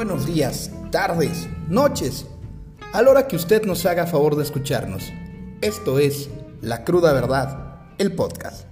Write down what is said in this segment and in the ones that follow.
buenos días, tardes, noches, a la hora que usted nos haga favor de escucharnos. Esto es La Cruda Verdad, el podcast.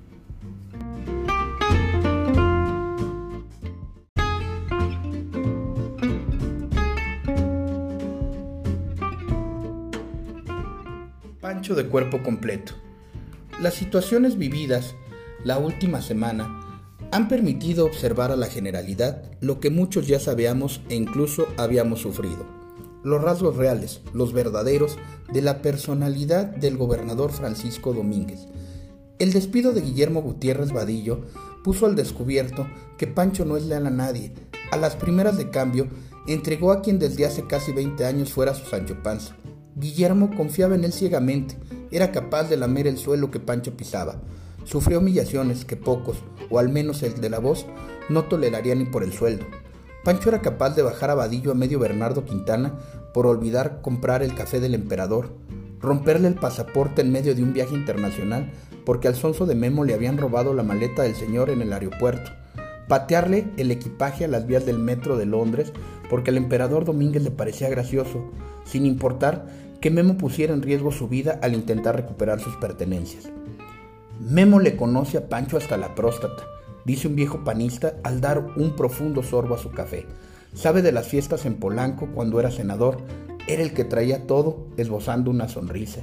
Pancho de cuerpo completo. Las situaciones vividas la última semana han permitido observar a la generalidad lo que muchos ya sabíamos e incluso habíamos sufrido. Los rasgos reales, los verdaderos, de la personalidad del gobernador Francisco Domínguez. El despido de Guillermo Gutiérrez Vadillo puso al descubierto que Pancho no es leal a nadie. A las primeras de cambio, entregó a quien desde hace casi 20 años fuera su Sancho Panza. Guillermo confiaba en él ciegamente, era capaz de lamer el suelo que Pancho pisaba. Sufrió humillaciones que pocos, o al menos el de la voz, no tolerarían ni por el sueldo. Pancho era capaz de bajar a Vadillo a medio Bernardo Quintana por olvidar comprar el café del emperador, romperle el pasaporte en medio de un viaje internacional porque al sonso de Memo le habían robado la maleta del señor en el aeropuerto, patearle el equipaje a las vías del metro de Londres porque al emperador Domínguez le parecía gracioso, sin importar que Memo pusiera en riesgo su vida al intentar recuperar sus pertenencias. Memo le conoce a Pancho hasta la próstata, dice un viejo panista al dar un profundo sorbo a su café. Sabe de las fiestas en Polanco cuando era senador, era el que traía todo, esbozando una sonrisa.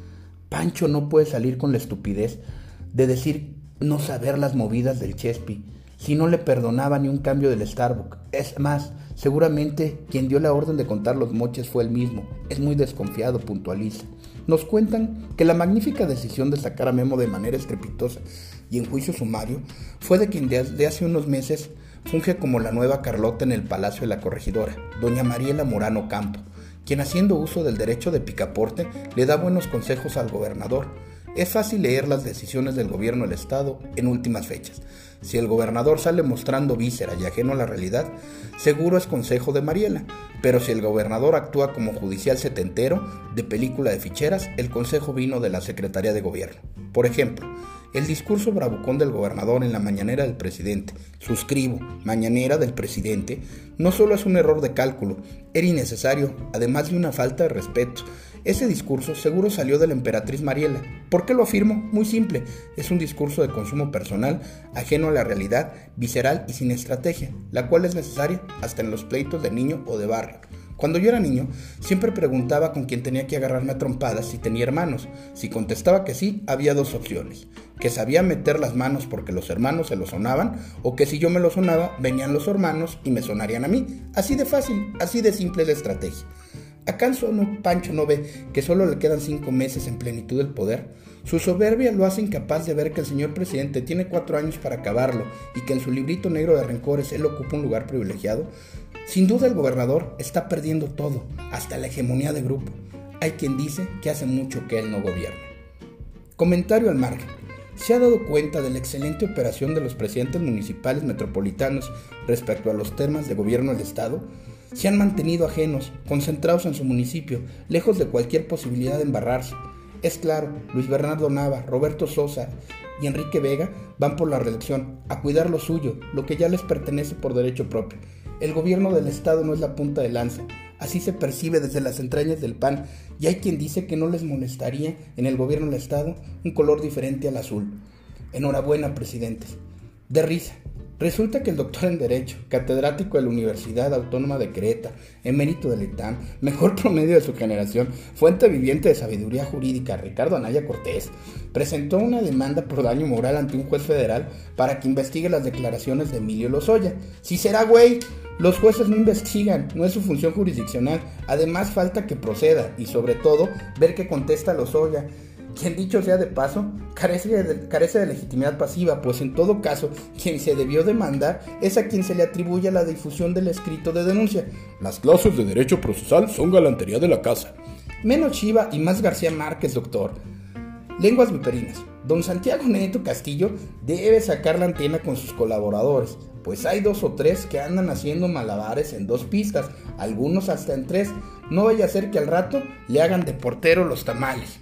Pancho no puede salir con la estupidez de decir no saber las movidas del Chespi, si no le perdonaba ni un cambio del Starbucks. Es más, seguramente quien dio la orden de contar los moches fue él mismo. Es muy desconfiado, puntualiza. Nos cuentan que la magnífica decisión de sacar a Memo de manera estrepitosa y en juicio sumario fue de quien desde hace unos meses funge como la nueva Carlota en el Palacio de la Corregidora, doña Mariela Morano Campo, quien haciendo uso del derecho de picaporte le da buenos consejos al gobernador. Es fácil leer las decisiones del gobierno del estado en últimas fechas. Si el gobernador sale mostrando víscera y ajeno a la realidad, seguro es consejo de Mariela. Pero si el gobernador actúa como judicial setentero de película de ficheras, el consejo vino de la Secretaría de Gobierno. Por ejemplo, el discurso bravucón del gobernador en la mañanera del presidente, suscribo, mañanera del presidente, no solo es un error de cálculo, era innecesario, además de una falta de respeto. Ese discurso seguro salió de la emperatriz Mariela. ¿Por qué lo afirmo? Muy simple, es un discurso de consumo personal, ajeno a la realidad, visceral y sin estrategia, la cual es necesaria hasta en los pleitos de niño o de barrio. Cuando yo era niño, siempre preguntaba con quién tenía que agarrarme a trompadas si tenía hermanos. Si contestaba que sí, había dos opciones: que sabía meter las manos porque los hermanos se lo sonaban, o que si yo me lo sonaba, venían los hermanos y me sonarían a mí. Así de fácil, así de simple la estrategia. ¿Acaso Pancho no ve que solo le quedan 5 meses en plenitud del poder? Su soberbia lo hace incapaz de ver que el señor presidente tiene 4 años para acabarlo y que en su librito negro de rencores él ocupa un lugar privilegiado. Sin duda el gobernador está perdiendo todo, hasta la hegemonía de grupo. Hay quien dice que hace mucho que él no gobierna. Comentario al margen. ¿Se ha dado cuenta de la excelente operación de los presidentes municipales metropolitanos respecto a los temas de gobierno del estado? Se han mantenido ajenos, concentrados en su municipio, lejos de cualquier posibilidad de embarrarse. Es claro, Luis Bernardo Nava, Roberto Sosa y Enrique Vega van por la reelección, a cuidar lo suyo, lo que ya les pertenece por derecho propio. El gobierno del estado no es la punta de lanza, así se percibe desde las entrañas del PAN, y hay quien dice que no les molestaría en el gobierno del estado un color diferente al azul. Enhorabuena, presidentes. De risa. Resulta que el doctor en Derecho, catedrático de la Universidad Autónoma de Querétaro, emérito del ITAM, mejor promedio de su generación, fuente viviente de sabiduría jurídica, Ricardo Anaya Cortés, presentó una demanda por daño moral ante un juez federal para que investigue las declaraciones de Emilio Lozoya. Si será güey, los jueces no investigan, no es su función jurisdiccional. Además falta que proceda y sobre todo ver qué contesta Lozoya, quien dicho sea de paso, carece de legitimidad pasiva, pues en todo caso, quien se debió demandar es a quien se le atribuye la difusión del escrito de denuncia. Las clases de derecho procesal son galantería de la casa. Menos Chiva y más García Márquez, doctor. Lenguas viperinas. Don Santiago Neto Castillo debe sacar la antena con sus colaboradores, pues hay 2 o 3 que andan haciendo malabares en 2 pistas, algunos hasta en 3. No vaya a ser que al rato le hagan de portero los tamales.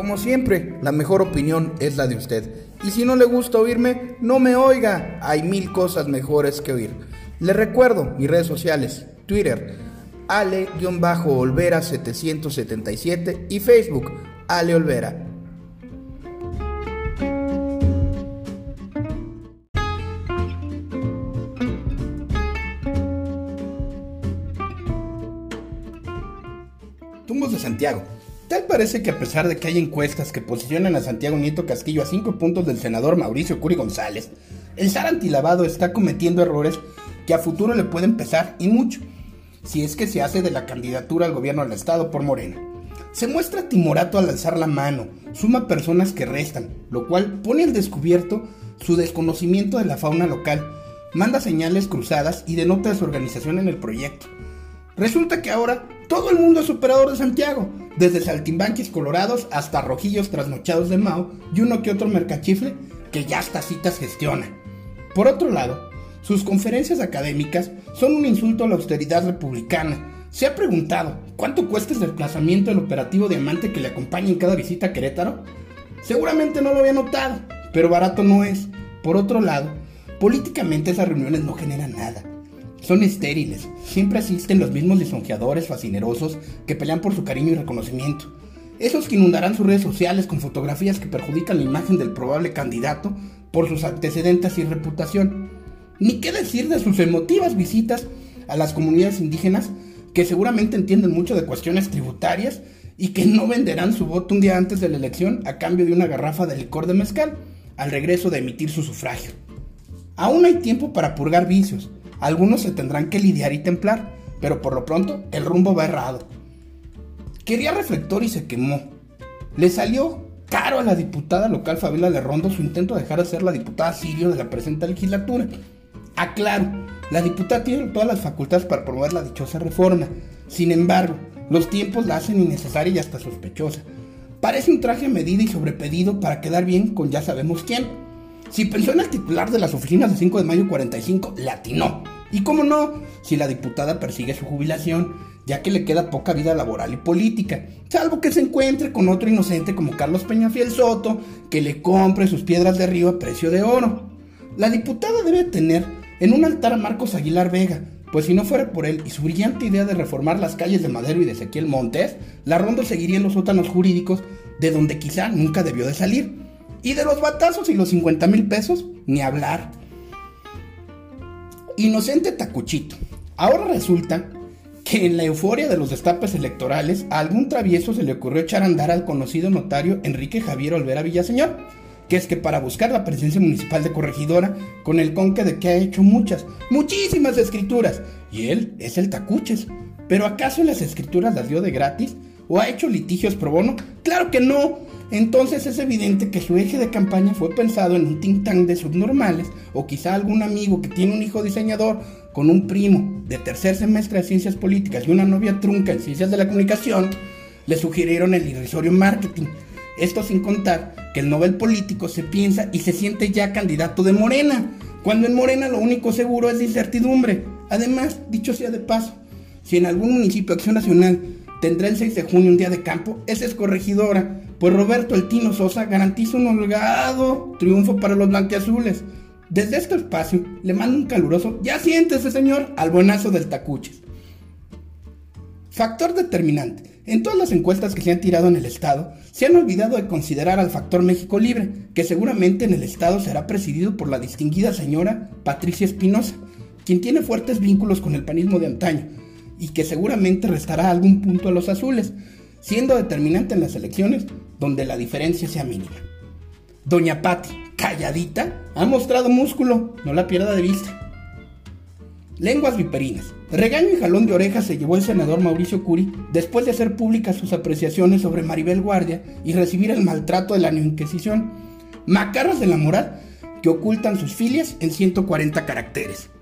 Como siempre, la mejor opinión es la de usted. Y si no le gusta oírme, no me oiga. Hay 1000 cosas mejores que oír. Le recuerdo mis redes sociales, Twitter, Ale-Olvera777 y Facebook, Ale Olvera. Tumbos de Santiago. Tal parece que a pesar de que hay encuestas que posicionan a Santiago Nieto Castillo a 5 puntos del senador Mauricio Curi González, el zar antilavado está cometiendo errores que a futuro le pueden pesar y mucho, si es que se hace de la candidatura al gobierno del estado por Morena. Se muestra timorato al alzar la mano, suma personas que restan, lo cual pone al descubierto su desconocimiento de la fauna local, manda señales cruzadas y denota desorganización en el proyecto. Resulta que ahora todo el mundo es operador de Santiago, desde saltimbanquis colorados hasta rojillos trasnochados de Mao y uno que otro mercachifle que ya hasta citas gestiona. Por otro lado, sus conferencias académicas son un insulto a la austeridad republicana. ¿Se ha preguntado cuánto cuesta el desplazamiento del operativo Diamante que le acompaña en cada visita a Querétaro? Seguramente no lo había notado, pero barato no es. Por otro lado, políticamente esas reuniones no generan nada. Son estériles, siempre asisten los mismos lisonjeadores fascinerosos que pelean por su cariño y reconocimiento. Esos que inundarán sus redes sociales con fotografías que perjudican la imagen del probable candidato por sus antecedentes y reputación. Ni qué decir de sus emotivas visitas a las comunidades indígenas que seguramente entienden mucho de cuestiones tributarias y que no venderán su voto un día antes de la elección a cambio de una garrafa de licor de mezcal al regreso de emitir su sufragio. Aún hay tiempo para purgar vicios. Algunos se tendrán que lidiar y templar, pero por lo pronto el rumbo va errado. Quería reflector y se quemó. Le salió caro a la diputada local Fabiola Lerrondo su intento de dejar de ser la diputada Sirio de la presente legislatura. Aclaro, la diputada tiene todas las facultades para promover la dichosa reforma. Sin embargo, los tiempos la hacen innecesaria y hasta sospechosa. Parece un traje medido y sobrepedido para quedar bien con ya sabemos quién. Si pensó en el titular de las oficinas de 5 de mayo 45, le atinó. Y cómo no, si la diputada persigue su jubilación, ya que le queda poca vida laboral y política, salvo que se encuentre con otro inocente como Carlos Peñafiel Soto, que le compre sus piedras de río a precio de oro. La diputada debe tener en un altar a Marcos Aguilar Vega, pues si no fuera por él y su brillante idea de reformar las calles de Madero y de Ezequiel Montes, Lerrondo seguiría en los sótanos jurídicos de donde quizá nunca debió de salir. Y de los batazos y los 50,000 pesos, ni hablar. Inocente tacuchito. Ahora resulta que en la euforia de los destapes electorales a algún travieso se le ocurrió echar a andar al conocido notario Enrique Javier Olvera Villaseñor, que es que para buscar la presidencia municipal de Corregidora, con el conque de que ha hecho muchísimas escrituras, y él es el tacuches. ¿Pero acaso las escrituras las dio de gratis? ¿O ha hecho litigios pro bono? ¡Claro que no! Entonces es evidente que su eje de campaña fue pensado en un think tank de subnormales, o quizá algún amigo que tiene un hijo diseñador con un primo de tercer semestre de ciencias políticas y una novia trunca en ciencias de la comunicación, le sugirieron el irrisorio marketing. Esto sin contar que el Nobel político se piensa y se siente ya candidato de Morena, cuando en Morena lo único seguro es la incertidumbre. Además, dicho sea de paso, si en algún municipio Acción Nacional tendrá el 6 de junio un día de campo, esa es Corregidora, pues Roberto El Tino Sosa garantiza un holgado triunfo para los blanquiazules. Desde este espacio le mando un caluroso "ya siéntese, señor" al buenazo del tacuches. Factor determinante. En todas las encuestas que se han tirado en el estado, se han olvidado de considerar al factor México Libre, que seguramente en el estado será presidido por la distinguida señora Patricia Espinosa, quien tiene fuertes vínculos con el panismo de antaño, y que seguramente restará algún punto a los azules, siendo determinante en las elecciones donde la diferencia sea mínima. Doña Pati, calladita, ha mostrado músculo, no la pierda de vista. Lenguas viperinas. Regaño y jalón de orejas se llevó el senador Mauricio Curi después de hacer públicas sus apreciaciones sobre Maribel Guardia y recibir el maltrato de la neoinquisición. Macarras de la moral que ocultan sus filias en 140 caracteres.